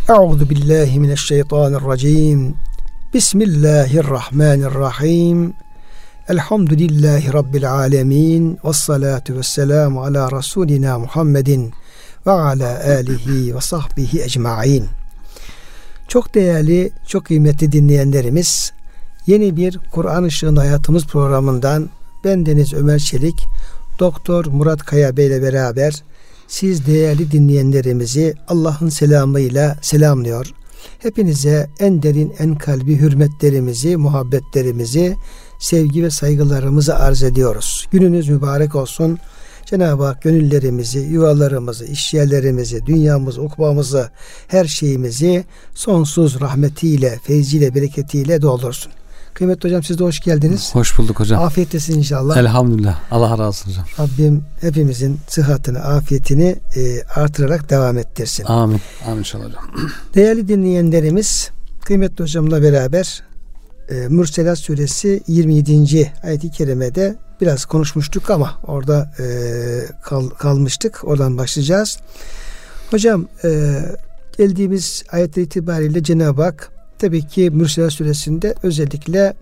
Euzu billahi mineşşeytanirracim. Bismillahirrahmanirrahim. Elhamdülillahi Rabbil alemin. Vessalatu vesselamu ala Resulina Muhammedin ve ala alihi ve sahbihi ecmain. Çok değerli, çok kıymetli dinleyenlerimiz, yeni bir Kur'an Işığında Hayatımız programından bendeniz Ömer Çelik, Doktor Murat Kaya Bey ile beraber siz değerli dinleyenlerimizi Allah'ın selamıyla selamlıyor. Hepinize en derin, en kalbi hürmetlerimizi, muhabbetlerimizi, sevgi ve saygılarımızı arz ediyoruz. Gününüz mübarek olsun. Cenab-ı Hak gönüllerimizi, yuvalarımızı, işyerlerimizi, dünyamızı, ukbamızı, her şeyimizi sonsuz rahmetiyle, feyziyle, bereketiyle doldursun. Kıymetli hocam, siz de hoş geldiniz. Hoş bulduk hocam. Afiyetlesin inşallah. Elhamdülillah. Allah razı olsun hocam. Rabbim hepimizin sıhhatini, afiyetini artırarak devam ettirsin. Amin. Amin inşallah hocam. Değerli dinleyenlerimiz, kıymetli hocamla beraber Mürselat Suresi 27. ayet-i kerimede biraz konuşmuştuk ama orada kalmıştık. Oradan başlayacağız. Hocam geldiğimiz ayetler itibariyle Cenab-ı Hak tabii ki Mürselat Suresi'nde özellikle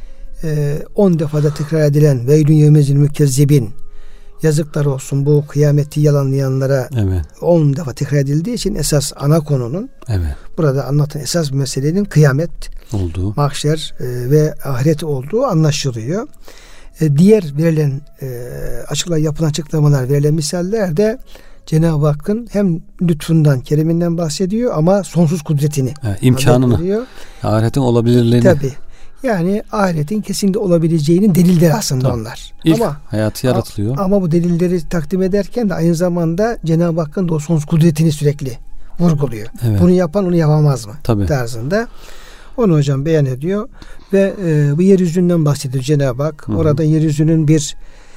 10 defada tekrar edilen veylün yevmezil mükezzibin, yazıklar olsun bu kıyameti yalanlayanlara, evet, 10 defa tekrar edildiği için esas ana konunun, evet, burada anlatan esas bir meselenin kıyamet olduğu, mahşer ve ahiret olduğu anlaşılıyor. Diğer verilen yapılan açıklamalar, verilen misaller de Cenab-ı Hakk'ın hem lütfundan, kereminden bahsediyor ama sonsuz kudretini, imkanını, ahiretin olabilirliğini. Tabii. Yani ahiretin kesinlikle olabileceğinin delilleri aslında, tabii, onlar. İlk ama hayatı yaratılıyor. Ama bu delilleri takdim ederken de aynı zamanda Cenab-ı Hakk'ın da o sonsuz kudretini sürekli vurguluyor. Evet. Bunu yapan onu yapamaz mı? Tabii. Tarzında. Onu hocam beyan ediyor ve bu yeryüzünden bahsediyor Cenab-ı Hak. Hı-hı. Orada yeryüzünün bir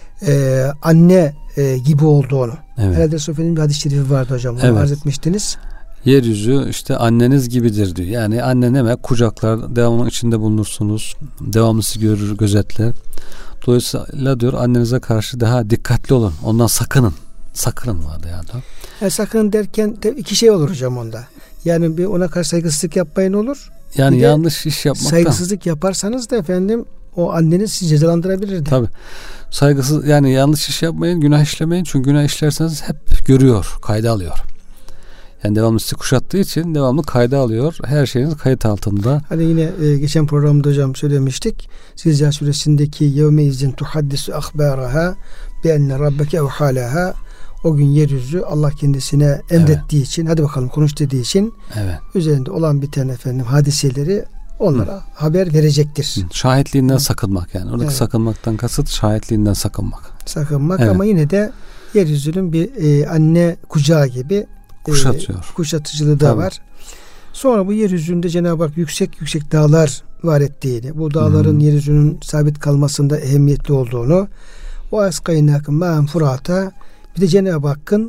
anne gibi olduğunu. Evet. Herhalde Sofya'nın bir hadis-i şerifi vardı hocam. Onu, evet, arz etmiştiniz. Yeryüzü işte anneniz gibidir diyor. Yani anne ne demek? Kucaklar, devamlı içinde bulunursunuz. Devamlı sizi görür, gözetler. Dolayısıyla diyor annenize karşı daha dikkatli olun. Ondan sakının. Sakının vardı yani. Sakın derken iki şey olur hocam onda. Yani bir ona karşı saygısızlık yapmayın olur. Yani yanlış iş yapmaktan. Saygısızlık yaparsanız da efendim o anneniz sizi cezalandırabilirdi. Tabii. Saygısız, yani yanlış iş yapmayın, günah işlemeyin. Çünkü günah işlerseniz hep görüyor, kayda alıyor. Yani devamlı sizi kuşattığı için devamlı kayda alıyor. Her şeyiniz kayıt altında. Hani yine geçen programda hocam söylemiştik. Zilzal suresindeki yevme izin tuhaddisu ahbaraha bi enne rabbeke evhalaha. O gün yeryüzü Allah kendisine emrettiği, evet, için, hadi bakalım konuş dediği için, evet, üzerinde olan biten efendim hadiseleri onlara haber verecektir. Şahitliğinden sakınmak yani. Oradaki, evet, sakınmaktan kasıt şahitliğinden sakınmak. Sakınmak, evet, ama yine de yeryüzünün bir anne kucağı gibi kuşatıcılığı da, tabii, var. Sonra bu yeryüzünde Cenab-ı Hak yüksek yüksek dağlar var ettiğini, bu dağların yeryüzünün sabit kalmasında ehemmiyetli olduğunu, o askaynâkın mâen furata, bir de Cenab-ı Hakk'ın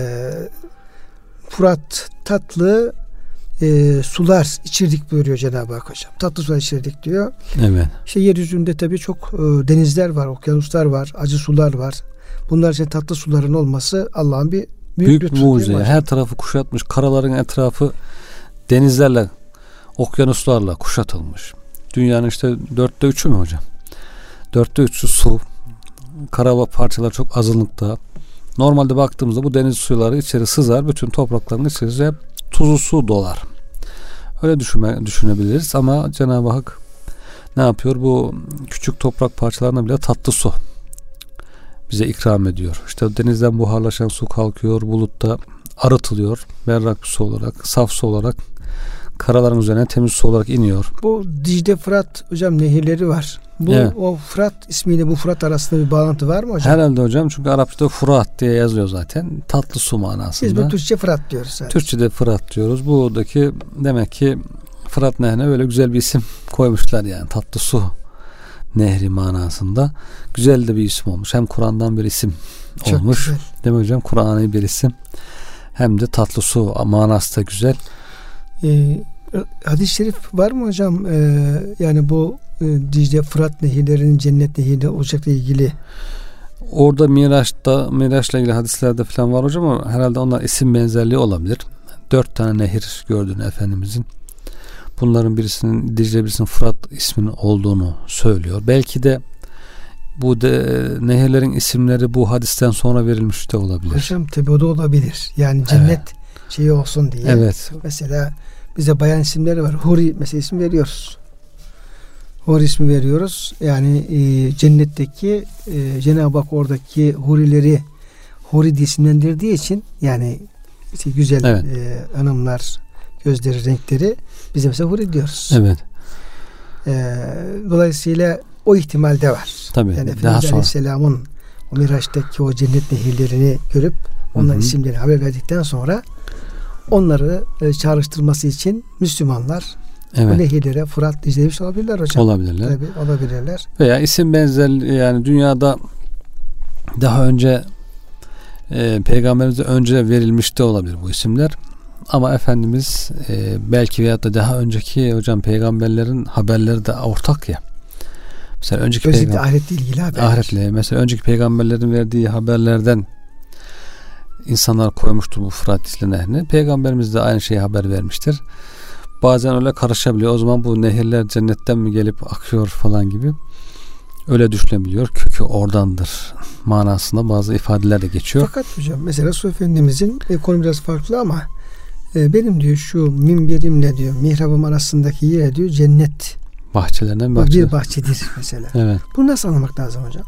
Fırat tatlı sular içirdik buyuruyor Cenab-ı Hak hocam. Tatlı sular içirdik diyor. Evet. İşte yeryüzünde tabii çok denizler var, okyanuslar var, acı sular var. Bunlar için tatlı suların olması Allah'ın bir büyük mucize. Her tarafı kuşatmış. Karaların etrafı denizlerle, okyanuslarla kuşatılmış. Dünyanın işte 3/4 mü hocam? 3/4'ü su. Kara parçalar çok azınlıkta. Normalde baktığımızda bu deniz suları içeri sızar. Bütün toprakların içerisi hep tuzlu su dolar. Öyle düşünebiliriz ama Cenab-ı Hak ne yapıyor? Bu küçük toprak parçalarına bile tatlı su bize ikram ediyor. İşte denizden buharlaşan su kalkıyor, bulutta arıtılıyor. Berrak bir su olarak, saf su olarak karaların üzerine temiz su olarak iniyor. Bu Dicle Fırat hocam nehirleri var. Bu, evet, o Fırat ismiyle bu Fırat arasında bir bağlantı var mı hocam? Herhalde hocam, çünkü Arapçada Fırat diye yazıyor zaten. Tatlı su manasında. Biz bu Türkçe Fırat diyoruz zaten. Türkçe'de Fırat diyoruz. Buradaki demek ki Fırat Nehri'ne böyle güzel bir isim koymuşlar yani. Tatlı su nehri manasında. Güzel de bir isim olmuş. Hem Kur'an'dan bir isim çok olmuş. Güzel. Değil mi hocam? Kur'an'ı bir isim. Hem de tatlı su manası da güzel. Hadis-i şerif var mı hocam? Yani bu Dicle Fırat nehirlerinin cennet nehirinde olacakla ilgili. Orada Miraç'la ilgili hadislerde falan var hocam, ama herhalde onlar isim benzerliği olabilir. 4 tane nehir gördüğünü Efendimizin. Bunların birisinin Dicle, birisinin Fırat isminin olduğunu söylüyor. Belki de bu nehirlerin isimleri bu hadisten sonra verilmiş de olabilir. Hocam tabi o da olabilir. Yani cennet şeyi olsun diye. Evet. Mesela bize bayan isimleri var. Huri mesela isim veriyoruz. Huri ismi veriyoruz. Yani cennetteki Cenab-ı Hak oradaki hurileri huri diye isimlendirdiği için yani işte güzel hanımlar, gözleri, renkleri bize mesela huri diyoruz. Evet. Dolayısıyla o ihtimal de var. Tabii. Yani Efendimiz Aleyhisselam'ın o Miraç'taki o cennet nehirlerini görüp onların isimlerini haber verdikten sonra onları çağrıştırması için Müslümanlar bu nehirlere Fırat, Dicle demiş olabilirler hocam. Olabilirler. Tabii olabilirler. Veya isim benzer, yani dünyada daha önce Peygamberimize önce verilmiş de olabilir bu isimler. Ama Efendimiz belki veyahut da daha önceki hocam peygamberlerin haberleri de ortak ya. Mesela önceki özellikle ahiretle ilgili haberler. Ahiretle, mesela önceki peygamberlerin verdiği haberlerden insanlar koymuştur bu Fırat Dicle nehrini. Peygamberimiz de aynı şeyi haber vermiştir. Bazen öyle karışabiliyor. O zaman bu nehirler cennetten mi gelip akıyor falan gibi öyle düşünebiliyor. Kökü oradandır manasında bazı ifadeler de geçiyor. Fakat hocam mesela Resulullah Efendimizin konu biraz farklı ama benim diyor şu minberimle diyor mihrabım arasındaki yer diyor cennet bahçelerinden bir bahçedir mesela. Evet. Bunu nasıl anlamak lazım hocam?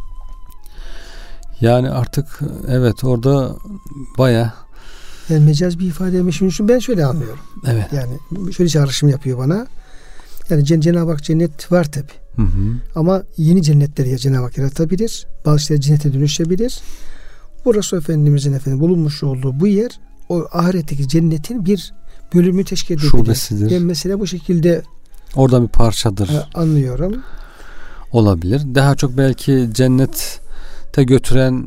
Yani artık evet orada bayağı yani mecaz bir ifademiş. Çünkü ben şöyle anlıyorum. Evet. Yani şöyle çağrışım yapıyor bana. Yani Cenab-ı Hak cennet var tabi. Ama yeni cennetleri ya Cenab-ı Hak yaratabilir. Bazı şeyler cennete dönüşebilir. Bu Resulullah Efendimizin bulunmuş olduğu bu yer o ahiretteki cennetin bir bölümü teşkil edebilir. Şubesidir. Ben mesela bu şekilde oradan bir parçadır. Anlıyorum. Olabilir. Daha çok belki cennete götüren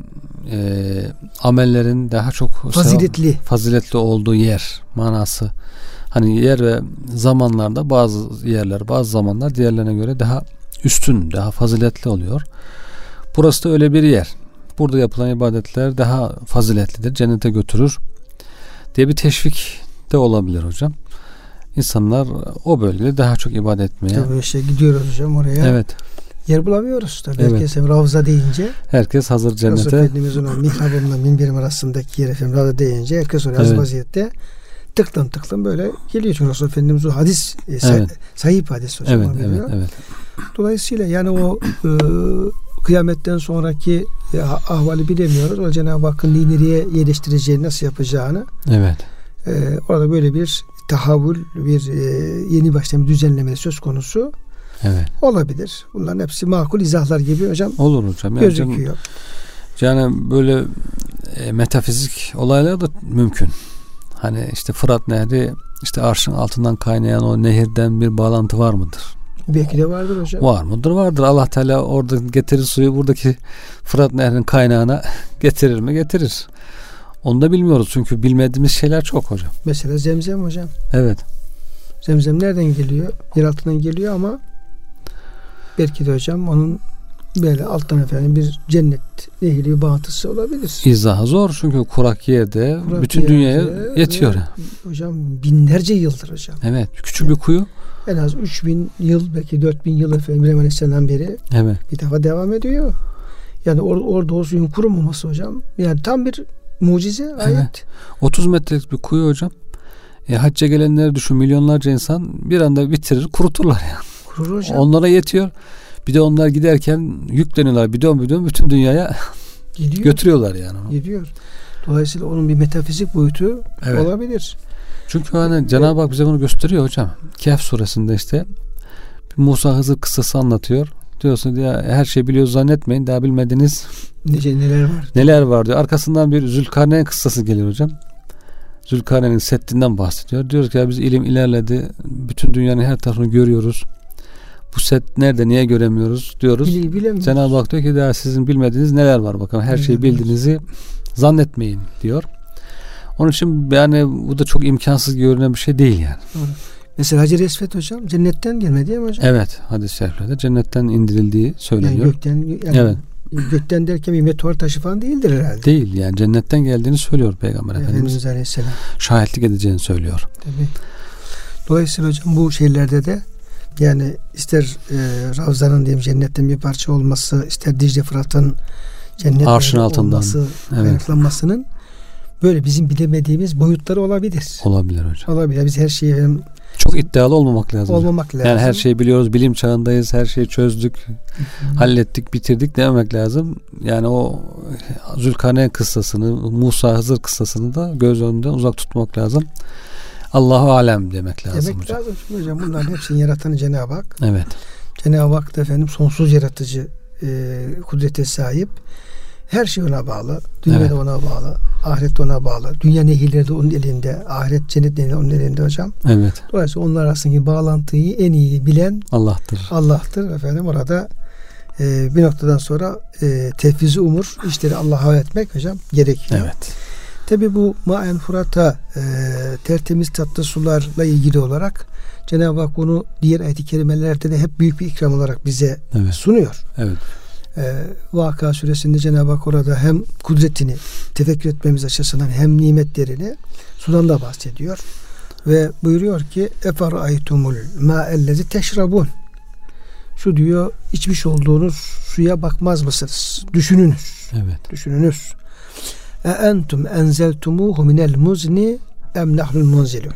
amellerin daha çok faziletli olduğu yer manası. Hani yer ve zamanlarda bazı yerler, bazı zamanlar diğerlerine göre daha üstün, daha faziletli oluyor. Burası da öyle bir yer. Burada yapılan ibadetler daha faziletlidir, cennete götürür diye bir teşvik de olabilir hocam. İnsanlar o bölgede daha çok ibadet etmeye. Tabii gidiyoruz hocam oraya. Evet. Yer bulamıyoruz tabii. Evet. Herkes Ravza deyince. Herkes hazır cennete. Resulullah Efendimiz'in o mihrabımla minberim arasındaki yer Ravza deyince herkes oraya hazır vaziyette tıklım böyle geliyor. Çünkü Resulullah Efendimiz o hadis sahip hadis hocam. Evet. Dolayısıyla yani o kıyametten sonraki ahvali bilemiyoruz. O Cenab-ı Hakk'ın nereye yerleştireceğini, nasıl yapacağını. Evet. Orada böyle bir tahavvül, bir yeni baştan bir düzenleme söz konusu. Evet. Olabilir. Bunların hepsi makul izahlar gibi hocam. Olur hocam. Gözüküyor. Yani böyle metafizik olaylar da mümkün. Hani işte Fırat Nehri, işte arşın altından kaynayan o nehirden bir bağlantı var mıdır? Belki de vardır hocam. Var mıdır? Vardır. Allah Teala orada getirir suyu buradaki Fırat Nehri'nin kaynağına getirir mi? Getirir. Onu da bilmiyoruz çünkü bilmediğimiz şeyler çok hocam. Mesela Zemzem hocam. Evet. Zemzem nereden geliyor? Yer altından geliyor ama belki de hocam onun böyle alttan bir cennet nehri bir bağıntısı olabilir. İzahı zor çünkü kurak yerde bütün dünyaya yetiyor. Hocam binlerce yıldır hocam. Evet. Küçük bir kuyu. En az 3000 yıl belki 4000 yıl İbrahim Aleyhisselam beri bir defa devam ediyor. Yani orada o suyun kurumaması hocam. Yani tam bir mucize ayet. Evet. 30 metrelik bir kuyu hocam. Hacca gelenleri düşün, milyonlarca insan bir anda bitirir, kuruturlar yani. Kurur hocam. Onlara yetiyor. Bir de onlar giderken yükleniyorlar bidon bütün dünyaya götürüyorlar yani. Gidiyor. Dolayısıyla onun bir metafizik boyutu olabilir. Çünkü hani Cenab-ı Hak bize bunu gösteriyor hocam. Kehf suresinde işte Musa Hızır kıssası anlatıyor. Diyorsun ya her şeyi biliyoruz zannetmeyin. Daha bilmediğiniz neler var diyor. Arkasından bir Zülkarneyn kıssası geliyor hocam. Zülkarneyn'in Seddinden bahsediyor. Diyoruz ki ya biz ilim ilerledi. Bütün dünyanın her tarafını görüyoruz. Bu set nerede, niye göremiyoruz diyoruz. Cenab-ı Hak diyor ki daha sizin bilmediğiniz neler var bakalım. Her şeyi bildiğinizi zannetmeyin diyor. Onun için yani bu da çok imkansız görünen bir şey değil yani. Doğru. Mesela Hacer-i Esved hocam cennetten gelmedi değil mi hocam? Evet, hadis-i şeriflerde cennetten indirildiği söyleniyor. Yani gökten gökten derken bir meteor taşı falan değildir herhalde. Değil yani, cennetten geldiğini söylüyor Peygamber Efendimiz. Aleyhisselam. Şahitlik edeceğini söylüyor. Tabii. Dolayısıyla hocam bu şeylerde de yani ister Ravza'nın diyeyim cennetten bir parça olması, ister Dicle Fırat'ın cennetten olması, kaynaklanmasının böyle bizim bilemediğimiz boyutları olabilir. Olabilir hocam. Olabilir. Biz her şeyi çok iddialı olmamak lazım. Olmamak lazım. Yani her şeyi biliyoruz, bilim çağındayız, her şeyi çözdük, hallettik, bitirdik dememek lazım. Yani o Zülkarneyn kıssasını, Musa Hızır kıssasını da göz önünden uzak tutmak lazım. Allahu alem demek lazım demek hocam. Lazım hocam. Bunların hepsini yaratan Cenab-ı Hak. Evet. Cenab-ı Hak da efendim sonsuz yaratıcı kudrete sahip. Her şey ona bağlı. Dünya da ona bağlı. Ahiret de ona bağlı. Dünya nehirleri de onun elinde. Ahiret cennet nehirleri onun elinde hocam. Evet. Dolayısıyla onlar arasındaki bağlantıyı en iyi bilen Allah'tır. Efendim orada bir noktadan sonra tefviz-i umur işleri Allah'a havale etmek hocam gerekiyor. Evet. Tabi bu Ma'en Fırat'a tertemiz tatlı sularla ilgili olarak Cenab-ı Hak bunu diğer ayet-i kerimelerde de hep büyük bir ikram olarak bize sunuyor. Evet. Vaka suresinde Cenab-ı Hak orada hem kudretini tefekkür etmemiz açısından hem nimetlerini sudan da bahsediyor. Ve buyuruyor ki eferaytumul ma'ellezi teşrabun. Şu diyor içmiş olduğunuz suya bakmaz mısınız? Düşününüz. Evet. Düşününüz. Entum enzeltumuhu minel muzni em nahnul munzilun.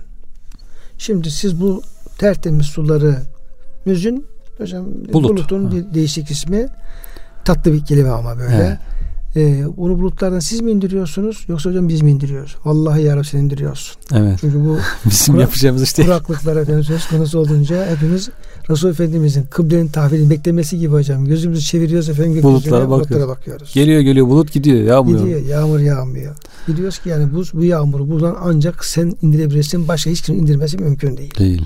Şimdi siz bu tertemiz suları müzün hocam bulutun değişik ismi, tatlı bir kelime ama böyle. Onu bulutlardan siz mi indiriyorsunuz yoksa hocam biz mi indiriyoruz? Vallahi ya Rabbi sen indiriyorsun. Evet. Çünkü bu bizim yapacağımız işte kuraklıklar efendim söz konusu olunca hepimiz Resul Efendimizin kıblenin tahvilini beklemesi gibi hocam. Gözümüzü çeviriyoruz efendim bulutlara bakıyoruz. Geliyor bulut gidiyor, yağmıyor. Gidiyor, yağmur yağmıyor. Biliyoruz ki yani bu yağmuru buradan ancak sen indirebilirsin. Başka hiç kimsenin indirmesi mümkün değil.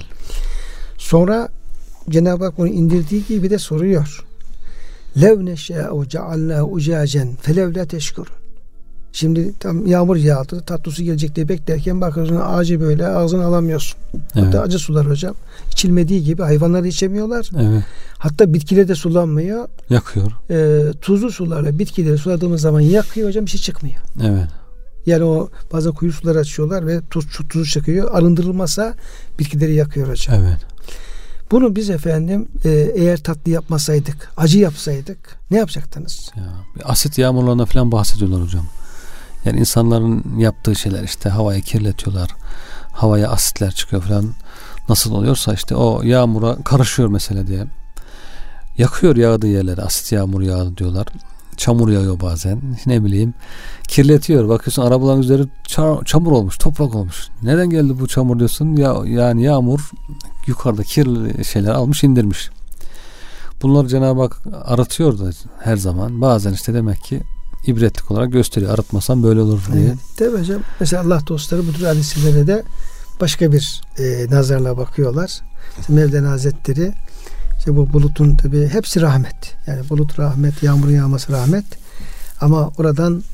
Sonra Cenab-ı Hak bunu indirdiği gibi de soruyor. Lev neşâ'u ceallâhu ucâcen felev lâ teşkurun. Şimdi tam yağmur yağdı, tatlı su gelecek diye beklerken bakıyorsun ağacı böyle ağzına alamıyorsun. Evet. Hatta acı sular hocam içilmediği gibi hayvanlar da içemiyorlar. Evet. Hatta bitkiler de sulanmıyor. Yakıyor. Tuzlu sularla bitkileri suladığımız zaman yakıyor hocam, bir şey çıkmıyor. Evet. Yani o bazen kuyu suları açıyorlar ve tuzu çıkıyor. Arındırılmasa bitkileri yakıyor hocam. Evet. Bunu biz efendim eğer tatlı yapmasaydık, acı yapsaydık ne yapacaktınız? Asit yağmurlarına falan bahsediyorlar hocam. Yani insanların yaptığı şeyler işte havayı kirletiyorlar. Havaya asitler çıkıyor falan. Nasıl oluyorsa işte o yağmura karışıyor mesela diye. Yakıyor yağdığı yerleri. Asit yağmur yağdı diyorlar. Çamur yağıyor bazen. Ne bileyim. Kirletiyor. Bakıyorsun arabaların üzeri çamur olmuş. Toprak olmuş. Neden geldi bu çamur diyorsun. Yani yağmur yukarıda kirli şeyler almış indirmiş. Bunları Cenab-ı Hak aratıyor da her zaman. Bazen işte demek ki ibretlik olarak gösteriyor. Aratmasam böyle olur diye. Evet, tabii hocam. Mesela Allah dostları bu tür hadiselere de başka bir nazarla bakıyorlar. İşte Mevlana Hazretleri işte bu bulutun tabii hepsi rahmet. Yani bulut rahmet, yağmurun yağması rahmet. Ama oradan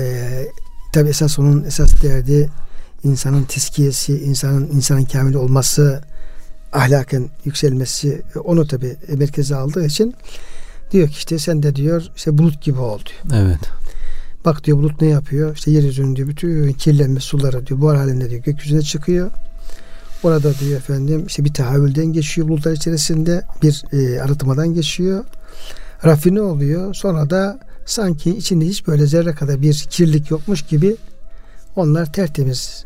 tabii esas onun esas derdi insanın tezkiyesi, insanın kamil olması, ahlaken yükselmesi, onu tabii merkeze aldığı için diyor ki işte sen de diyor işte bulut gibi ol diyor. Evet. Bak diyor bulut ne yapıyor? İşte yeryüzünün diyor bütün kirlenmiş suları diyor buhar halinde diyor gökyüzüne çıkıyor. Orada diyor efendim işte bir tahavülden geçiyor bulutlar içerisinde, bir arıtmadan geçiyor. Rafine oluyor. Sonra da sanki içinde hiç böyle zerre kadar bir kirlilik yokmuş gibi onlar tertemiz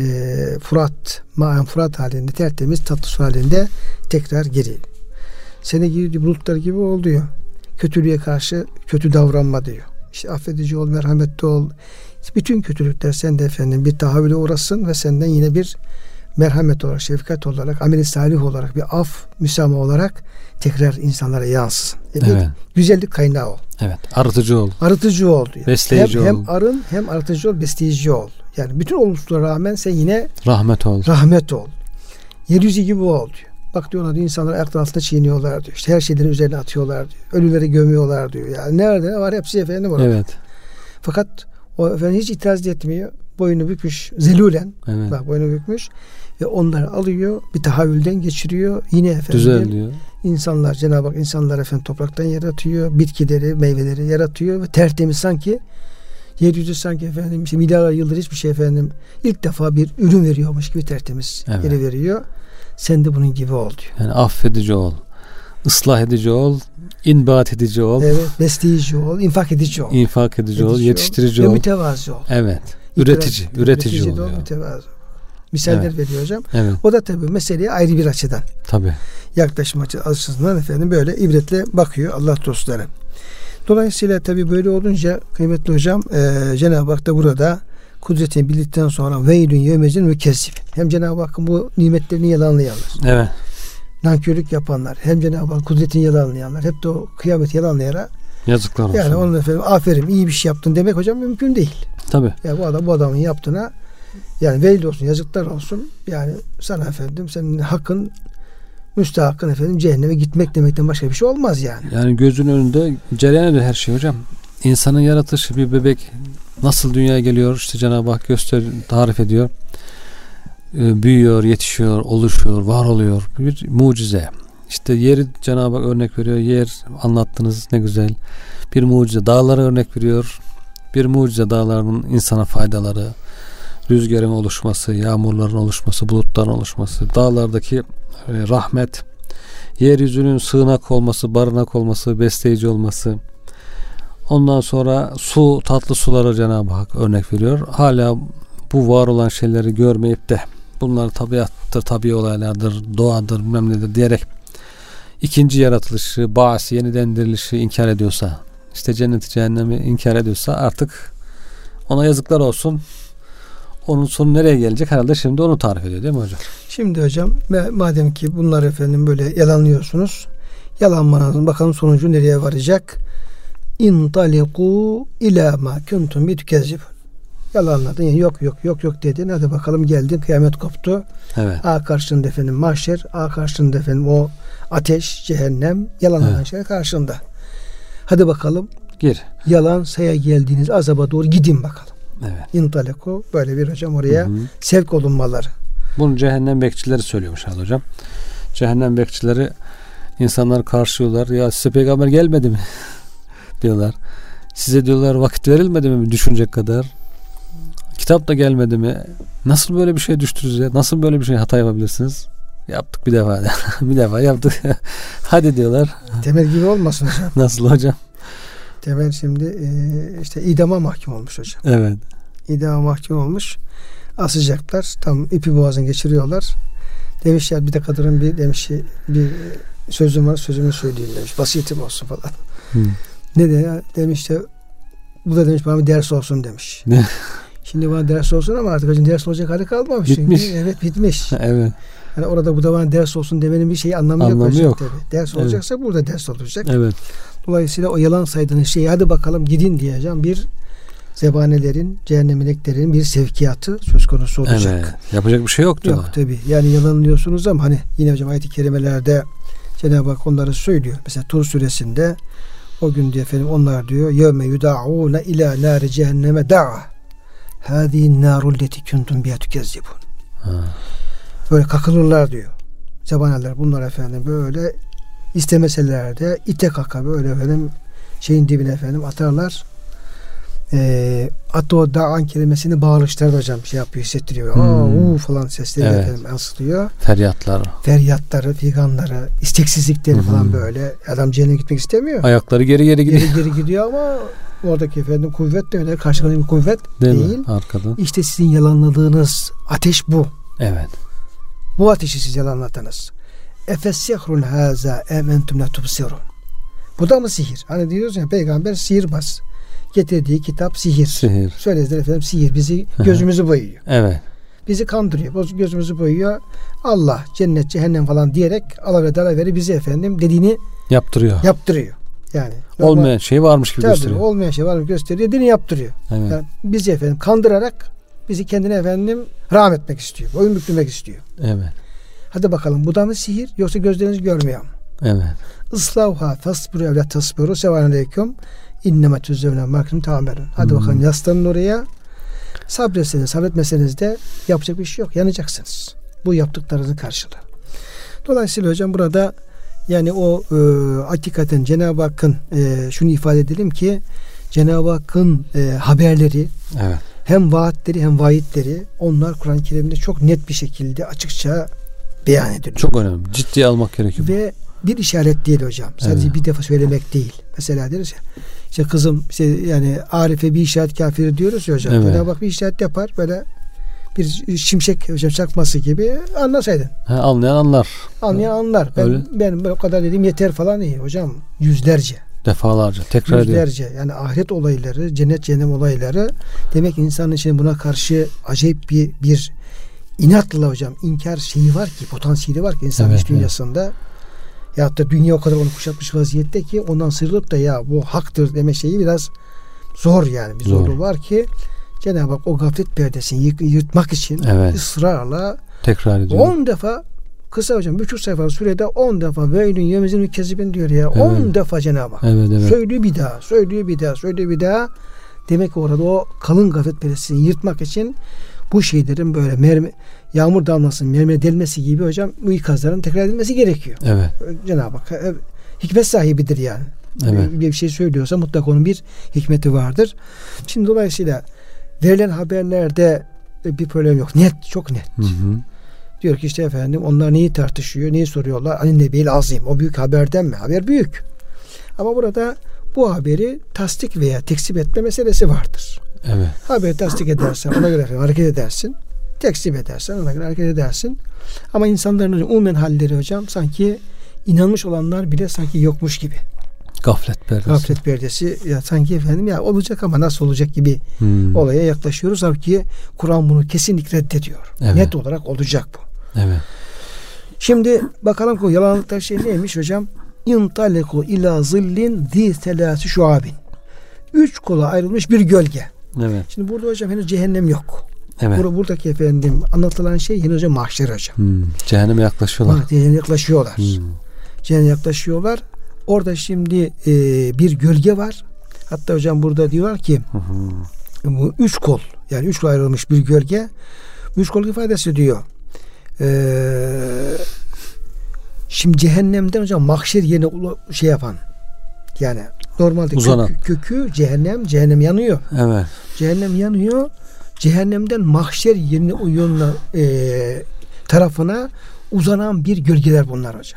Ma'en Fırat halinde, tertemiz tatlı su halinde tekrar geri. Sene gibi bulutlar gibi ol diyor. Kötülüğe karşı kötü davranma diyor. İşte affedici ol, merhametli ol. Bütün kötülükler sende efendim bir tahavvüle uğrasın ve senden yine bir merhamet olarak, şefkat olarak, amel-i salih olarak, bir af, müsamaha olarak tekrar insanlara yansısın. Evet. Güzellik kaynağı ol. Evet. Arıtıcı ol. Arıtıcı ol diyor. Besleyici ol. Hem arın, hem arıtıcı ol, besleyici ol. Yani bütün olumsuzluğa rağmen sen yine rahmet ol. Rahmet ol. Yeryüzü gibi ol diyor. Bak diyor ona diyor, insanlar ayaklar altında çiğniyorlar diyor. İşte her şeylerin üzerine atıyorlar diyor. Ölüleri gömüyorlar diyor. Yani nerede ne var hepsi efendim orada. Evet. Fakat o efendim hiç itiraz etmiyor. Boynu bükmüş zelülen. Evet. Bak boynu bükmüş ve onları alıyor, bir tahavülden geçiriyor. Yine efendim düzenliyor. İnsanlar, Cenab-ı Hak insanlar efendim topraktan yaratıyor. Bitkileri, meyveleri yaratıyor ve tertemiz, sanki yeryüzü sanki efendim işte milyarlar yıldır hiçbir şey efendim ilk defa bir ürün veriyormuş gibi tertemiz yeri veriyor. Sen de bunun gibi ol diyor. Yani affedici ol, ıslah edici ol, inbat edici ol. Evet, besleyici ol, infak edici ol. İnfak edici ol, yetiştirici ve ol. mütevazı ol. Evet. Üretici ol. Mütevazı. Misaller veriyor. Evet. O da tabii meseleye ayrı bir açıdan. Tabii. Yaklaşma açısından efendim böyle ibretle bakıyor Allah dostları. Dolayısıyla tabii böyle olunca kıymetli hocam Cenab-ı Hak da burada kudretini bildikten sonra veylün yevmezin mükezzib. Hem Cenab-ı Hakk'ın bu nimetlerini yalanlayanlar. Evet. Nankörlük yapanlar. Hem Cenab-ı Hak kudretini yalanlayanlar. Hep de o kıyameti yalanlayarak yazıklar olsun. Yani onun efendim aferin iyi bir şey yaptın demek hocam mümkün değil. Tabii. Yani bu adamın yaptığına yani veil olsun, yazıklar olsun. Yani sana efendim senin hakkın, müstahakkın efendim cehenneme gitmek demekten başka bir şey olmaz yani. Yani gözün önünde cereyan ediyor her şey hocam. İnsanın yaratışı, bir bebek nasıl dünyaya geliyor, işte Cenab-ı Hak tarif ediyor. Büyüyor, yetişiyor, oluşuyor, var oluyor. Bir mucize. İşte yeri Cenab-ı Hak örnek veriyor. Yer anlattınız ne güzel. Bir mucize. Dağlara örnek veriyor. Bir mucize, dağların insana faydaları. Rüzgarın oluşması, yağmurların oluşması, bulutların oluşması, dağlardaki rahmet, yeryüzünün sığınak olması, barınak olması, besleyici olması. Ondan sonra su, tatlı sulara Cenab-ı Hak örnek veriyor. Hala bu var olan şeyleri görmeyip de bunlar tabiattır, tabii olaylardır, doğadır, bilmem nedir diyerek ikinci yaratılışı, ba'si, yeniden dirilişi inkar ediyorsa, işte cenneti, cehennemi inkar ediyorsa artık ona yazıklar olsun. Onun sonu nereye gelecek? Herhalde şimdi onu tarif ediyor değil mi hocam? Şimdi hocam madem ki bunları efendim böyle yalanlıyorsunuz, yalanmanızın bakalım sonucu nereye varacak? İntaliku ila ma kuntum bitükezzibun. Yalanladın yani yok dedin. Hadi bakalım geldin, kıyamet koptu. Evet. A karşında efendim mahşer, A karşında efendim o ateş, cehennem, yalanlanan şey karşında. Hadi bakalım gir. Yalan saya geldiğiniz azaba doğru gidin bakalım. Evet. İntaliku böyle bir hocam oraya sevk olunmaları. Bunu cehennem bekçileri söylüyormuş hocam. Cehennem bekçileri insanlar karşılıyorlar. Ya size peygamber gelmedi mi? diyorlar. Size diyorlar vakit verilmedi mi düşünecek kadar? Kitap da gelmedi mi? Nasıl böyle bir şey düştünüz ya? Nasıl böyle bir şey hata yapabilirsiniz? Yaptık bir defa. bir defa yaptık. Hadi diyorlar. Temel gibi olmasın hocam. Nasıl hocam? Temel şimdi işte idama mahkum olmuş hocam. Evet. İdama mahkum olmuş. Asacaklar. Tam ipi boğazını geçiriyorlar. Demişler bir dakika durun bir sözüm var, sözümü söyleyeyim demiş. Basitim olsun falan. Ne de demiş de bu da demiş bana bir ders olsun demiş. Ne? Şimdi bana ders olsun ama artık ders olacak hali kalmamış. Bitmiş. Çünkü. Evet bitmiş. Evet. Yani orada bu da bana ders olsun demenin bir şeyi anlamı yok. Tabii. Ders olacaksa burada ders olacak. Evet. Dolayısıyla o yalan saydığınız şeyi hadi bakalım gidin diyeceğim. Bir zebanelerin, cehennemliklerin bir sevkiyatı söz konusu olacak. Evet. Yapacak bir şey yok diyorlar. Yok tabii. Yani yalanlıyorsunuz ama hani yine hocam ayet-i kerimelerde Cenab-ı Hak onları söylüyor. Mesela Tur suresinde o gün diyor efendim onlar diyor yevme yuda'une ila nari cehenneme da'a hâzihin nârul leti kuntum biha tükezzibun. Böyle kakılırlar diyor. Zebaneler bunlar efendim böyle istemeseler de ite kaka böyle efendim şeyin dibine efendim atarlar. Hatta o da'an kelimesini bağırışlarda hocam şey yapıyor, hissettiriyor. Falan sesleri efendim yansıtıyor. Feryatları, figanları, isteksizlikleri falan böyle. Adam cehenneme gitmek istemiyor. Ayakları geri gidiyor. Geri gidiyor ama oradaki efendim kuvvet de öyle karşılıklı bir kuvvet değil. Arkadan. İşte sizin yalanladığınız ateş bu. Evet. Bu ateşi siz yalanladınız. Efessihrun haza ementum la tubsirun. Bu da mı sihir? Hani diyoruz ya peygamber sihirbaz. Getirdiği kitap sihir. Söylediler efendim sihir. Bizi gözümüzü boyuyor. Evet. Bizi kandırıyor. Gözümüzü boyuyor. Allah cennet cehennem falan diyerek alavedere bizi efendim dediğini yaptırıyor. Yani olmayan şey varmış gibi gösteriyor. Olmayan şey varmış gösteriyor. Dediğini yaptırıyor. Evet. Yani bizi efendim kandırarak bizi kendine efendim rağm etmek istiyor. Boyun büktürmek istiyor. Evet. Hadi bakalım bu da mı sihir yoksa gözleriniz görmüyor mu? Evet. Islavha fasbiru evla tasbiru sevan aleyküm inneme tüzzevne makrum tamelun. Hadi bakalım yaslanın oraya. Sabretmeseniz de yapacak bir şey yok. Yanacaksınız. Bu yaptıklarınızın karşılığı. Dolayısıyla hocam burada Yani o hakikaten Cenab-ı Hakk'ın şunu ifade edelim ki Cenab-ı Hakk'ın haberleri, evet, hem vaatleri hem vaidleri, onlar Kur'an-ı Kerim'de çok net bir şekilde açıkça beyan ediliyor. Çok önemli. Ciddiye almak gerekiyor. Ve bir işaret değil hocam. Sadece evet, bir defa söylemek değil. Mesela deriz ya, işte kızım işte yani Arife bir işaret kafiri diyoruz ya hocam. Evet. Cenab-ı Hak bir işaret yapar, böyle bir şimşek hocam çakması gibi, anlasaydın. Anlayan anlar. Anlayan anlar. Ben o kadar dedim yeter falan değil hocam. Yüzlerce. Defalarca tekrar ediyor. Yüzlerce. Yani ahiret olayları, cennet cehennem olayları, demek ki insanın için buna karşı acayip bir inatla hocam inkar şeyi var ki, potansiyeli var ki insanın iç dünyasında. Ya da dünya o kadar onu kuşatmış vaziyette ki ondan sıyrılıp da ya bu haktır deme şeyi biraz zor yani. Bir zorluğu var ki Cenab-ı Hak o gaflet perdesini yırtmak için ısrarla tekrar ediyor. 10 defa, kısa hocam 3 sayfa sürede 10 defa veylün yevmizin mükezzibin diyor ya. 10 defa Cenab-ı Hak. Evet. Söylüyor bir daha, söylüyor bir daha, söylüyor bir daha. Demek ki orada o kalın gaflet perdesini yırtmak için bu şeylerin böyle yağmur damlasının mermere delmesi gibi hocam bu ikazların tekrar edilmesi gerekiyor. Evet. Cenab-ı Hak hikmet sahibidir yani. Evet. Bir şey söylüyorsa mutlaka onun bir hikmeti vardır. Şimdi dolayısıyla verilen haberlerde bir problem yok. Net, çok net. Hı. Diyor ki işte efendim onlar neyi tartışıyor, neyi soruyorlar? Hani Nebi'l Azim. O büyük haberden mi? Haber büyük. Ama burada bu haberi tasdik veya tekzip etme meselesi vardır. Evet. Haberi tasdik edersen ona göre hareket edersin. Tekzip edersen ona göre hareket edersin. Ama insanların umumen halleri hocam sanki inanmış olanlar bile sanki yokmuş gibi. Gaflet perdesi. Gaflet perdesi ya sanki efendim ya olacak ama nasıl olacak gibi olaya yaklaşıyoruz. Halbuki Kur'an bunu kesinlikle reddediyor. Evet. Net olarak olacak bu. Evet. Şimdi bakalım ki yalanlıkta şey neymiş hocam? İntaleku ila zillin zi selasi şuabin. 3 kola ayrılmış bir gölge. Evet. Şimdi burada hocam henüz cehennem yok. Evet. Buradaki efendim anlatılan şey henüz hocam mahşer hocam. Cehenneme yaklaşıyorlar. Cehenneme yaklaşıyorlar. Cehenneme yaklaşıyorlar. Orada şimdi bir gölge var. Hatta hocam burada diyorlar ki bu 3 kol, yani 3 kol ayrılmış bir gölge. 3 kol ifadesi diyor. Şimdi cehennemden hocam mahşer yerine şey yapan, yani normalde kökü cehennem yanıyor. Evet. Cehennem yanıyor. Cehennemden mahşer yerine uyuyorlar tarafına uzanan bir gölgeler bunlar hocam.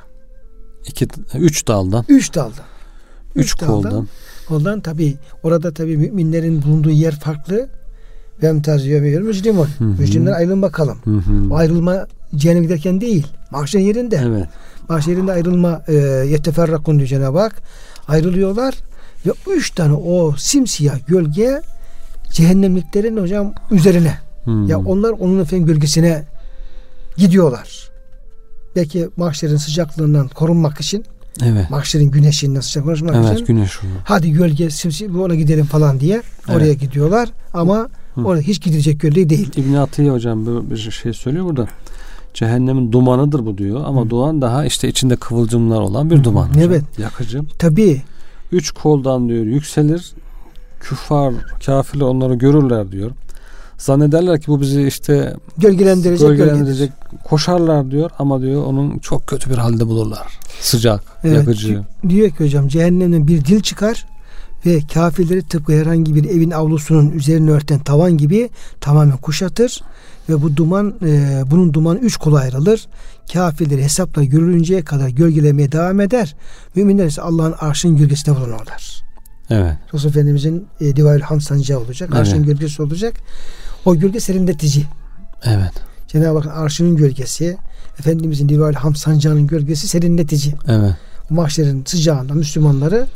3 daldan. 3 daldan. 3 koldan. Koldan tabi orada tabi müminlerin bulunduğu yer farklı. Ve emtazıyor mücrimun. Mücrimler ayrılın bakalım. O ayrılma cehenneme giderken değil. Mahşer yerinde. Evet. Mahşer yerinde ayrılma yeteferrakun diyor Cenab-ı Hak. Ayrılıyorlar ve 3 tane o simsiyah gölge cehennemliklerin hocam üzerine. Ya onlar onun efendim gölgesine gidiyorlar. Belki mahşerin sıcaklığından korunmak için. Evet. Mahşerin güneşinden sıcaklığından için. Güneş. Hadi gölge simsiyah ona gidelim falan diye oraya gidiyorlar ama orada hiç gidilecek gölge değil. İbn Atiye hocam bir şey söylüyor burada. Cehennemin dumanıdır bu diyor ama duman daha işte içinde kıvılcımlar olan bir duman. Evet. Yakıcı. Tabii. 3 koldan diyor yükselir. Küffar, kafirler onları görürler diyor. Zannederler ki bu bizi işte gölgelendirecek koşarlar diyor ama diyor onun çok kötü bir halde bulurlar. Sıcak, yakıcı. Diyor ki hocam cehennemden bir dil çıkar ve kafirleri tıpkı herhangi bir evin avlusunun üzerine örten tavan gibi tamamen kuşatır ve bu duman bunun dumanı 3 kola ayrılır. Kafirleri hesapla görülünceye kadar gölgelemeye devam eder. Müminler ise Allah'ın arşın gölgesinde bulunurlar. Evet. Resul Efendimizin Divaül Hamd sancağı olacak. Arşın gölgesi olacak. O gölge serinletici. Evet. Cenab-ı Hakk'ın arşının gölgesi, Efendimizin Divaül Hamd sancağının gölgesi serinletici. Evet. Mahşerin sıcağından Müslümanları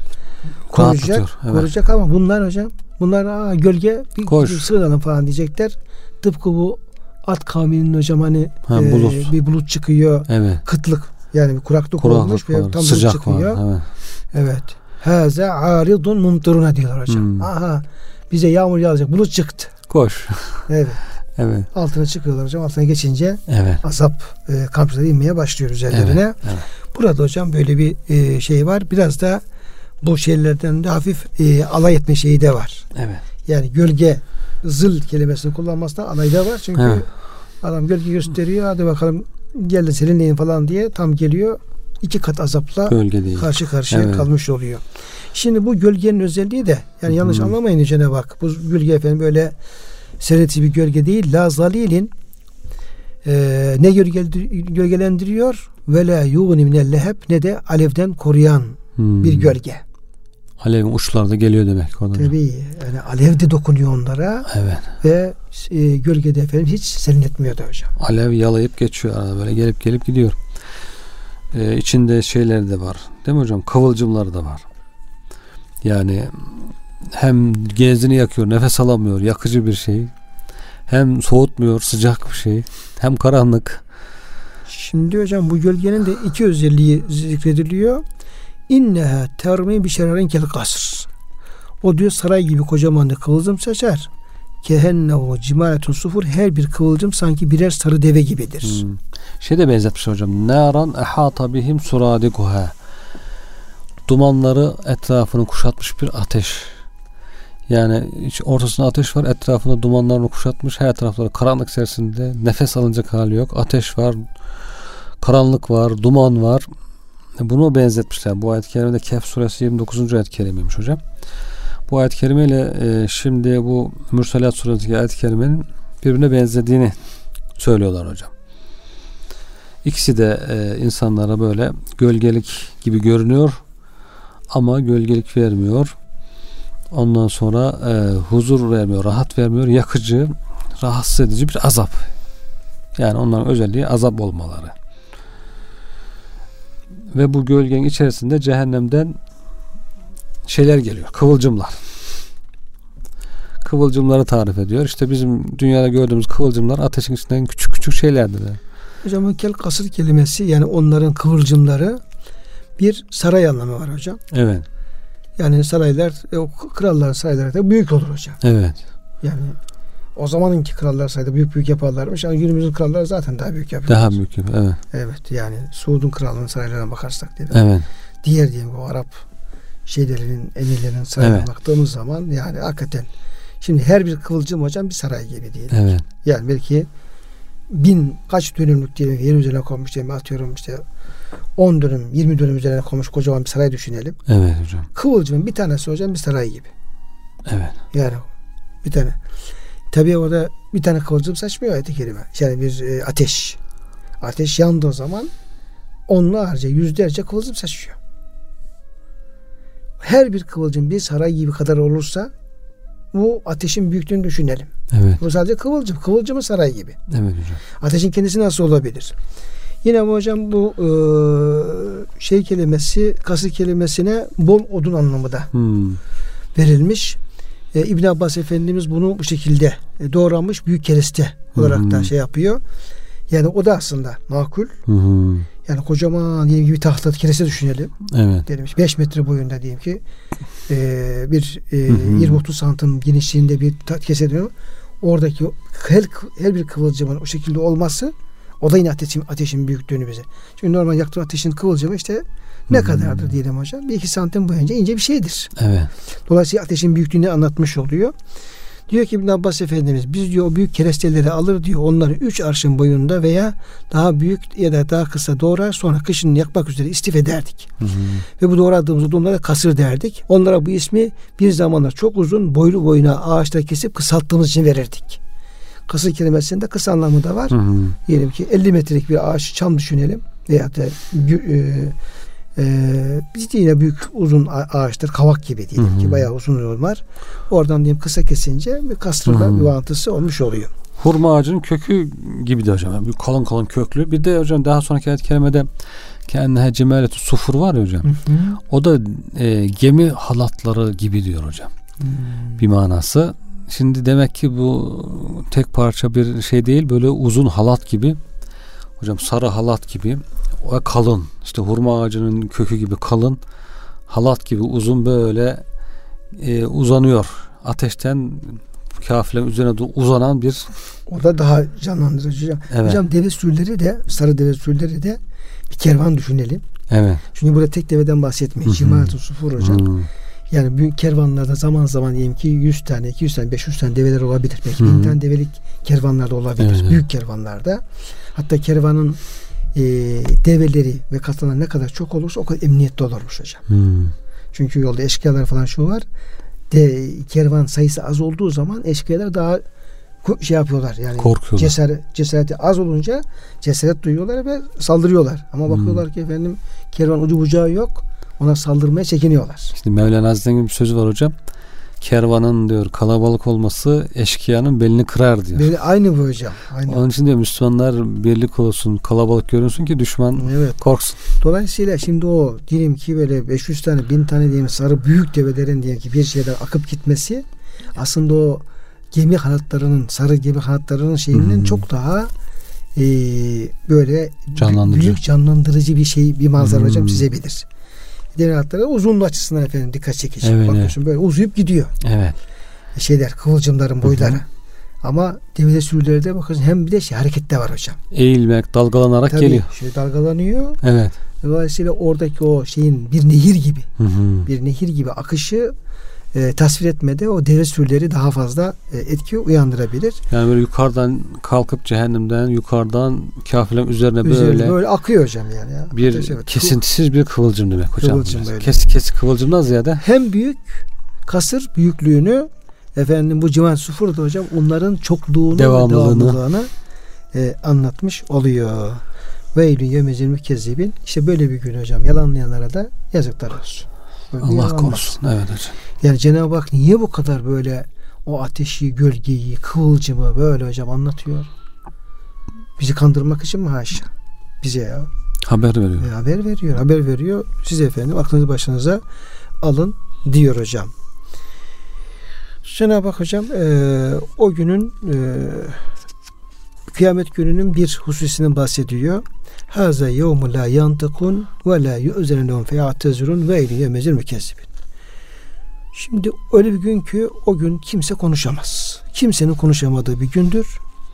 koruyacak ama bunlar hocam gölge bir sığınalım falan diyecekler. Tıpkı bu Ad kavminin hocam hani bir bulut çıkıyor. Evet. Kıtlık yani bir kuraklık olmuş ve tam sıcak çıkıyor. Var. Evet. Haza aridun mumturuna diyorlar hocam. Aha bize yağmur yağacak. Bulut çıktı. Koş. Evet. Evet. Altına çıkıyorlar hocam. Altına geçince azap kamplara inmeye başlıyor üzerlerine. Evet. Burada hocam böyle bir şey var. Biraz da bu şeylerden de hafif alay etme şeyi de var. Evet. Yani gölge zıl kelimesini kullanmasından alay da var. Çünkü adam gölge gösteriyor. Hadi bakalım gelin serinleyin falan diye tam geliyor. iki kat azapla karşı karşıya evet. kalmış oluyor. Şimdi bu gölgenin özelliği de yani yanlış anlamayın Cenab-ı Hak. Bu gölge efendim böyle serinletici bir gölge değil. La zalilin ne gölgelendiriyor? Ve la yuğni minel leheb, ne de alevden koruyan bir gölge. Alevin uçları da geliyor demek. Orada. Tabii. Yani alev de dokunuyor onlara. Evet. Ve gölgede efendim hiç serinletmiyordu hocam. Alev yalayıp geçiyor arada, böyle gelip gidiyor. İçinde şeyler de var. Değil mi hocam? Kıvılcımlar da var. Yani hem genzini yakıyor, nefes alamıyor, yakıcı bir şey. Hem soğutmuyor, sıcak bir şey. Hem karanlık. Şimdi hocam bu gölgenin de iki özelliği zikrediliyor. İnneha termi bi şerarin kel kasr. O diyor saray gibi kocaman da kıvılcım saçar. Kehennehu cimaletun sufur, her bir kıvılcım sanki birer sarı deve gibidir. Şeyde benzetmiş hocam. Naran ehata bihim suradikuha. Dumanları etrafını kuşatmış bir ateş. Yani ortasında ateş var, etrafında dumanlarını kuşatmış, her tarafları karanlık içerisinde, nefes alınacak hali yok. Ateş var, karanlık var, duman var. Bunu benzetmişler. Bu ayet-i kerimede Kehf suresi 29. ayet-i kerimeymiş hocam. Bu ayet-i kerimeyle şimdi bu Mürselat suresindeki ayet-i kerimenin birbirine benzediğini söylüyorlar hocam. İkisi de insanlara böyle gölgelik gibi görünüyor ama gölgelik vermiyor. Ondan sonra huzur vermiyor, rahat vermiyor, yakıcı, rahatsız edici bir azap. Yani onların özelliği azap olmaları. Ve bu gölgenin içerisinde cehennemden şeyler geliyor, kıvılcımlar. Kıvılcımları tarif ediyor. İşte bizim dünyada gördüğümüz kıvılcımlar ateşin içinden küçük küçük şeylerdir. Hocam bu kel kasır kelimesi, yani onların kıvılcımları, bir saray anlamı var hocam. Evet. Yani saraylar, kralların sarayları da büyük olur hocam. Evet. Yani o zamanınki krallar sarayda büyük yaparlarmış. Yani günümüzün kralları zaten daha büyük yapıyorlar. Daha büyük, evet. Evet, yani Suud'un krallığının saraylarına bakarsak diyelim. Evet. Diğer diyelim o Arap şeylerinin, emirlerinin sarayına baktığımız zaman yani hakikaten şimdi her bir kıvılcım hocam bir saray gibi diyelim. Evet. Yani belki 1000 kaç dönümlük diyelim yer üzerine konmuş diyelim, atıyorum işte 10 dönüm 20 dönüm üzerine konmuş kocaman bir saray düşünelim. Evet hocam. Kıvılcımın bir tanesi hocam bir saray gibi. Evet. Yani bir tane. Tabii orada bir tane kıvılcım saçmıyor ayet-i kerime. Yani bir ateş. Ateş yandığı zaman onlarca, yüzlerce kıvılcım saçıyor. Her bir kıvılcım bir saray gibi kadar olursa bu ateşin büyüklüğünü düşünelim. Evet. Bu sadece kıvılcım. Kıvılcımın saray gibi. Evet hocam. Ateşin kendisi nasıl olabilir? Yine bu hocam bu şey kelimesi, kasır kelimesine bol odun anlamı da verilmiş. İbn Abbas Efendimiz bunu bu şekilde doğramış büyük kereste olarak da şey yapıyor. Yani o da aslında makul. Yani kocaman diyelim gibi tahta kereste düşünelim. Evet. Diyelim 5 metre boyunda diyelim ki bir 20-30 santim genişliğinde bir kereste diyor. Oradaki her bir kıvılcımın o şekilde olması, o da yine ateşin büyüklüğünü bize. Çünkü normal yaktığın ateşin kıvılcımı işte ne kadardır diyelim hocam? 1-2 santim boyunca ince bir şeydir. Evet. Dolayısıyla ateşin büyüklüğünü anlatmış oluyor. Diyor ki İbn Abbas Efendimiz, biz diyor o büyük keresteleri alır diyor, onları 3 arşın boyunda veya daha büyük ya da daha kısa doğrar, sonra kışın yakmak üzere istif ederdik. Ve bu doğradığımız odunlara kasır derdik. Onlara bu ismi bir zamanlar çok uzun boylu boyuna ağaçları kesip kısalttığımız için verirdik. Kasır kelimesinde kısa anlamı da var. Diyelim ki 50 metrelik bir ağaç, çam düşünelim veya da yine büyük uzun ağaçlar, kavak gibi diyelim ki bayağı uzun var. Oradan diyelim kısa kesince bir kasırla bir bağıntısı olmuş oluyor. Hurma ağacının kökü gibi de hocam. Yani kalın kalın köklü. Bir de hocam daha sonraki ayet-i kerimede kendine cemaletü sufur var ya hocam. O da gemi halatları gibi diyor hocam. Bir manası. Şimdi demek ki bu tek parça bir şey değil, böyle uzun halat gibi. Hocam sarı halat gibi. O kalın. İşte hurma ağacının kökü gibi kalın. Halat gibi uzun böyle uzanıyor. Ateşten kafirlerin üzerine uzanan bir. O da daha canlandırıcı hocam. Evet. Hocam deve sürüleri de, sarı deve sürüleri de bir kervan düşünelim. Evet. Çünkü burada tek deveden bahsetmeyin. Cimaletü sufur hocam. Yani büyük kervanlarda zaman zaman diyelim ki 100 tane, 200 tane, 500 tane develer olabilir. Belki 1000 tane develik kervanlarda olabilir. Evet. Büyük kervanlarda. Hatta kervanın develeri ve katılan ne kadar çok olursa o kadar emniyetli olurmuş hocam. Çünkü yolda eşkıyalar falan şu var. Kervan sayısı az olduğu zaman eşkıyalar daha şey yapıyorlar yani, cesareti az olunca cesaret duyuyorlar ve saldırıyorlar. Ama bakıyorlar ki efendim kervan ucu bucağı yok, ona saldırmaya çekiniyorlar. İşte Mevlana Hazretleri'nin bir sözü var hocam. Kervanın diyor kalabalık olması eşkıyanın belini kırar diyor. Aynı bu hocam. Aynı. Onun için diyor Müslümanlar birlik olsun, kalabalık görünsün ki düşman korksun. Dolayısıyla şimdi o diyelim ki böyle 500 tane 1000 tane diyelim sarı büyük develerin diyelim ki bir şeyden akıp gitmesi aslında o gemi kanatlarının, sarı gemi kanatlarının şeyinden çok daha böyle büyük canlandırıcı bir şey, bir manzara hocam çizebilir. Gemi kanatları uzunluğu açısından efendim dikkat çekici. Evet, bakıyorsun böyle uzayıp gidiyor. Evet. Kıvılcımların boyları. Ama devede sürülerde bakıyorsun hem bir de harekette var hocam. Eğilmek, dalgalanarak geliyor. Dalgalanıyor. Evet. Dolayısıyla oradaki o şeyin bir nehir gibi akışı tasvir etmede o deve sürüleri daha fazla etki uyandırabilir. Yani böyle yukarıdan kalkıp cehennemden yukarıdan kafirlerin üzerine böyle akıyor hocam yani. Ya. Bir kesintisiz bir kıvılcım demek hocam. Kes kıvılcımdan ziyade. Hem büyük kasır büyüklüğünü efendim bu civan sıfır da hocam onların çokluğunu devamlılığını anlatmış oluyor. Veylün yevmezil mükezzibin. İşte böyle bir gün hocam yalanlayanlara da yazıklar olsun. Allah korusun. Evet hocam. Yani Cenab-ı Hak niye bu kadar böyle o ateşi, gölgeyi, kıvılcımı böyle hocam anlatıyor? Bizi kandırmak için mi haşa? Bize ya. Haber veriyor. Haber veriyor. Siz efendim aklınızı başınıza alın diyor hocam. Cenab-ı Hak hocam o günün kıyamet gününün bir hususunu bahsediyor. Haza yevmu la yantakun ve la yu'zenu lehum feyatezurun ve yemezil mükezzibin. Şimdi öyle bir gün ki o gün kimse konuşamaz. Kimsenin konuşamadığı bir gündür.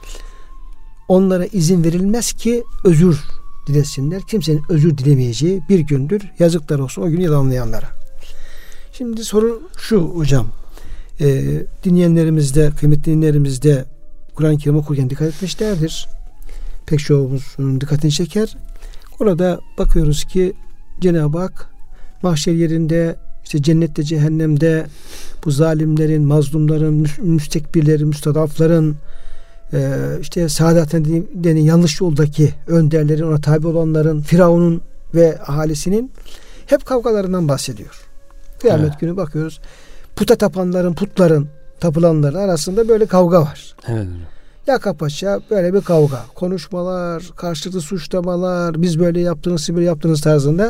Onlara izin verilmez ki özür dilesinler. Kimsenin özür dilemeyeceği bir gündür. Yazıklar olsun o günü yalanlayanlara. Şimdi soru şu hocam. Dinleyenlerimizde, kıymetli dinleyenlerimizde Kur'an-ı Kerim okurken dikkat etmişlerdir. Pek çoğumuzun dikkatini çeker. Orada bakıyoruz ki Cenab-ı Hak mahşer yerinde işte cennette, cehennemde bu zalimlerin, mazlumların, müstekbirlerin, müstadafların işte Saadet'in yanlış yoldaki önderlerin, ona tabi olanların, Firavun'un ve ahalisinin hep kavgalarından bahsediyor. Kıyamet günü bakıyoruz. Puta tapanların, putların, tapılanların arasında böyle kavga var. Evet. Yaka paça böyle bir kavga. Konuşmalar, karşılıklı suçlamalar, biz böyle yaptınız, siz böyle yaptınız tarzında.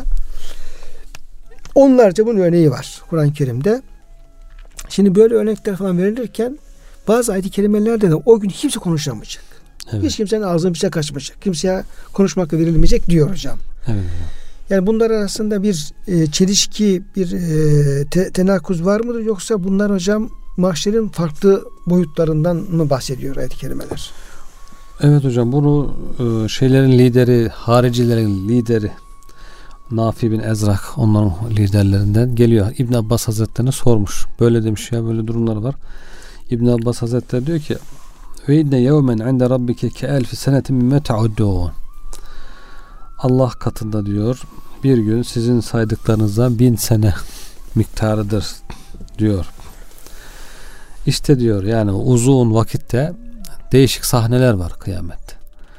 Onlarca bunun örneği var Kur'an-ı Kerim'de. Şimdi böyle örnekler falan verilirken bazı ayet-i kerimelerde de o gün kimse konuşamayacak. Evet. Hiç kimsenin ağzına bir şey kaçmayacak. Kimseye konuşmak verilmeyecek diyor hocam. Evet. Yani bunlar arasında bir çelişki, bir tenakuz var mıdır? Yoksa bunlar hocam mahşerin farklı boyutlarından mı bahsediyor ayet-i kerimeler? Evet hocam, bunu şeylerin lideri, haricilerin lideri Nafi bin Ezrak, onların liderlerinden geliyor. İbn Abbas Hazretlerine sormuş. Böyle demiş ya, böyle durumlar var. İbn Abbas Hazretleri diyor ki: "Ve inne yevmen inde rabbike ke elfi senetin mimme ta'uddun." Allah katında diyor bir gün sizin saydıklarınızdan 1000 sene miktarıdır diyor. İşte diyor yani uzun vakitte değişik sahneler var kıyamette.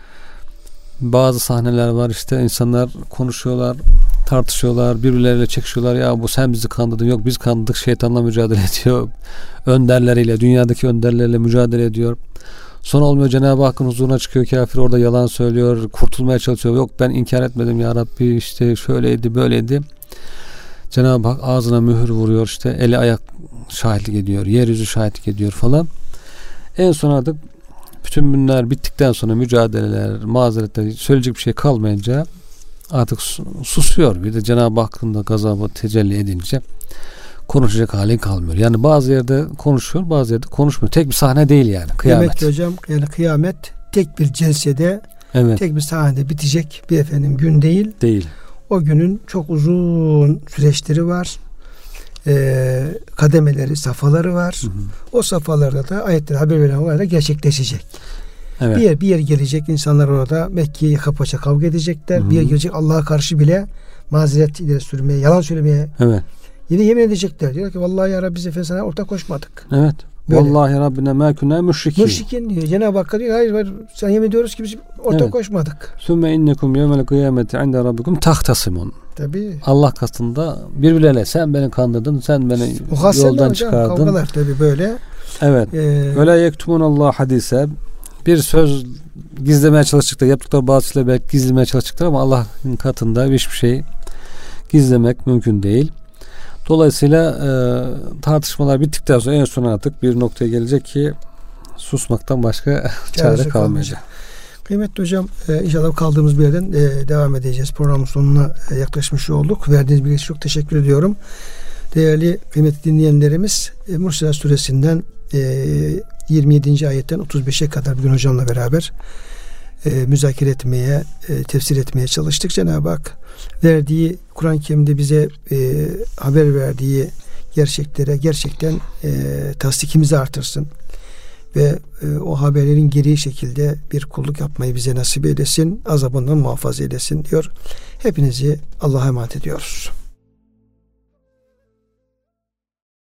Bazı sahneler var, işte insanlar konuşuyorlar, tartışıyorlar, birbirleriyle çekişiyorlar. Ya bu sen bizi kandırdın, yok biz kandırdık, şeytanla mücadele ediyor. Önderleriyle, dünyadaki önderleriyle mücadele ediyor. Sonra olmuyor, Cenab-ı Hakk'ın huzuruna çıkıyor kafir, orada yalan söylüyor, kurtulmaya çalışıyor. Yok ben inkar etmedim ya Rabbi, işte şöyleydi böyleydi. Cenab-ı Hak ağzına mühür vuruyor, işte eli ayak şahitlik ediyor, yeryüzü şahitlik ediyor falan. En son artık bütün bunlar bittikten sonra mücadeleler, mazeretler, söyleyecek bir şey kalmayınca artık susuyor. Bir de Cenab-ı Hakk'ın da gazabı tecelli edince konuşacak hali kalmıyor. Yani bazı yerde konuşuyor, bazı yerde konuşmuyor. Tek bir sahne değil yani kıyamet. Demek ki hocam yani kıyamet tek bir celsede, evet, tek bir sahnede bitecek bir gün değil. Değil. O günün çok uzun süreçleri var. Kademeleri, safhaları var. Hı hı. O safhalarda da ayetler haber veren olaylar gerçekleşecek. Evet. Bir yer gelecek, insanlar orada Mekke'ye yaka paça kavga edecekler. Hı-hı. Bir yer gelecek, Allah'a karşı bile mazeret ileri sürmeye, yalan söylemeye Evet. yine yemin edecekler. Diyor ki vallahi ya Rabbi biz efendim sana ortak koşmadık. Evet. Böyle. Vallahi Rabbine ma kunna müşrikin. Müşrikin diyor. Cenab-ı Hakk'a diyor hayır sen yemin ediyoruz ki biz ortak Evet. koşmadık. Sümme innekum yevmel kıyameti inde rabbikum tahtasimun. Tabii. Allah katında birbirlerine sen beni kandırdın, sen beni yoldan çıkardın. Kavgalar tabii böyle. Evet. Ve la yektumun Allah hadise. Bir söz gizlemeye çalıştıkları, yaptıkları bazı şeyler belki gizlemeye çalıştıkları ama Allah'ın katında hiçbir şey gizlemek mümkün değil. Dolayısıyla tartışmalar bittikten sonra en son artık bir noktaya gelecek ki susmaktan başka çare kalmayacak. Kıymetli hocam, inşallah kaldığımız bir yerden devam edeceğiz. Programın sonuna yaklaşmış olduk. Verdiğiniz bilgi için çok teşekkür ediyorum. Değerli kıymetli dinleyenlerimiz, Murselat Suresi'nden 27. ayetten 35'e kadar bugün hocamla beraber müzakere etmeye, tefsir etmeye çalıştık. Cenab-ı Hak verdiği, Kur'an-ı Kerim'de bize haber verdiği gerçeklere gerçekten tasdikimizi artırsın ve o haberlerin gereği şekilde bir kulluk yapmayı bize nasip eylesin, azabından muhafaza eylesin diyor. Hepinizi Allah'a emanet ediyoruz.